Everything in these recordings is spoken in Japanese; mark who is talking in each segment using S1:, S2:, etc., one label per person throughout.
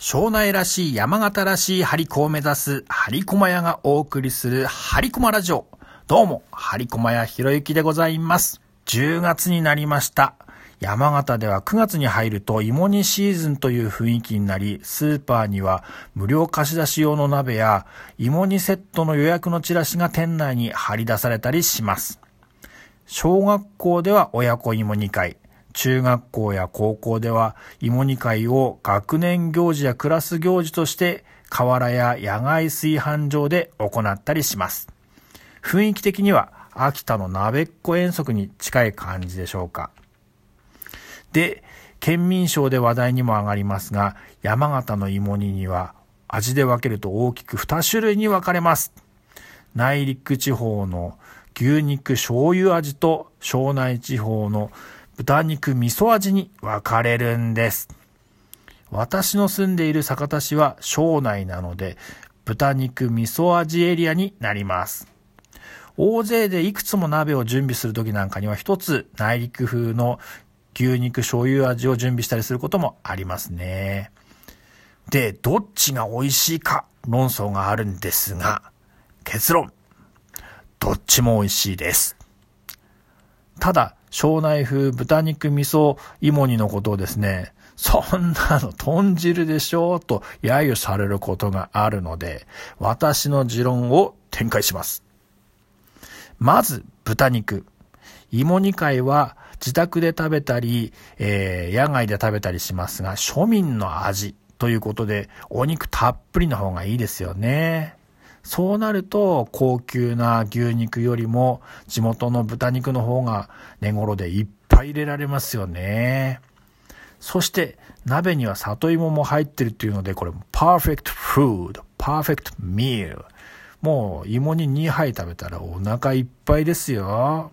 S1: 庄内らしい山形らしい張り子を目指す張り駒屋がお送りする張り駒ラジオ。どうも、張り駒屋ひろゆきでございます。10月になりました。山形では9月に入ると芋煮シーズンという雰囲気になり、スーパーには無料貸し出し用の鍋や芋煮セットの予約のチラシが店内に貼り出されたりします。小学校では親子芋煮会。中学校や高校では芋煮会を学年行事やクラス行事として河原や野外炊飯場で行ったりします。雰囲気的には秋田の鍋っこ遠足に近い感じでしょうか。で、県民賞で話題にも上がりますが、山形の芋煮には味で分けると大きく2種類に分かれます。内陸地方の牛肉醤油味と庄内地方の豚肉味噌味に分かれるんです。私の住んでいる酒田市は庄内なので豚肉味噌味エリアになります。大勢でいくつも鍋を準備するときなんかには一つ内陸風の牛肉醤油味を準備したりすることもありますね。で、どっちが美味しいか論争があるんですが、結論、どっちも美味しいです。ただ、庄内風豚肉味噌芋煮のことをですね、そんなの豚汁でしょうと揶揄されることがあるので、私の持論を展開します。まず、豚肉。芋煮会は自宅で食べたり、野外で食べたりしますが、庶民の味ということで、お肉たっぷりの方がいいですよね。そうなると高級な牛肉よりも地元の豚肉の方が値頃でいっぱい入れられますよね。そして鍋には里芋も入ってるっていうので、これパーフェクトフード、パーフェクトミール。もう芋に2杯食べたらお腹いっぱいですよ。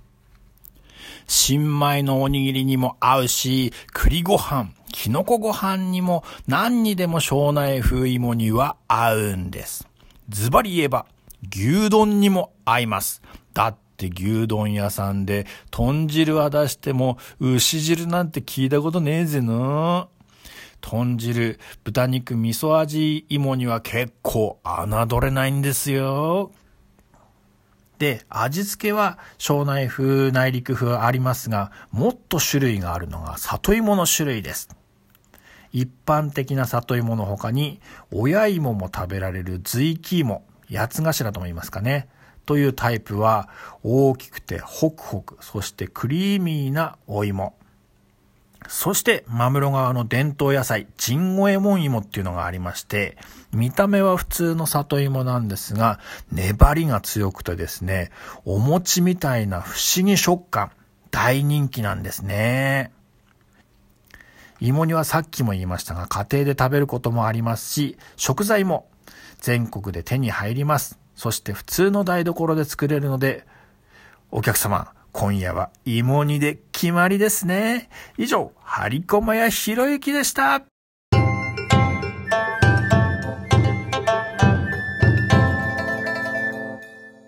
S1: 新米のおにぎりにも合うし、栗ご飯、きのこご飯にも何にでも庄内風芋煮は合うんです。ズバリ言えば牛丼にも合います。だって牛丼屋さんで豚汁は出しても牛汁なんて聞いたことねえぜな。豚汁、豚肉味噌味芋には結構侮れないんですよ。で、味付けは庄内風、内陸風ありますが、もっと種類があるのが里芋の種類です。一般的な里芋の他に親芋も食べられる随木芋、八つ頭とも言いますかね、というタイプは大きくてホクホク、そしてクリーミーなお芋。そして真室川の伝統野菜甚五右衛門芋っていうのがありまして、見た目は普通の里芋なんですが粘りが強くてですね、お餅みたいな不思議食感、大人気なんですね。芋煮はさっきも言いましたが家庭で食べることもありますし、食材も全国で手に入ります。そして普通の台所で作れるので、お客様今夜は芋煮で決まりですね。以上、張り駒屋ひろゆきでした。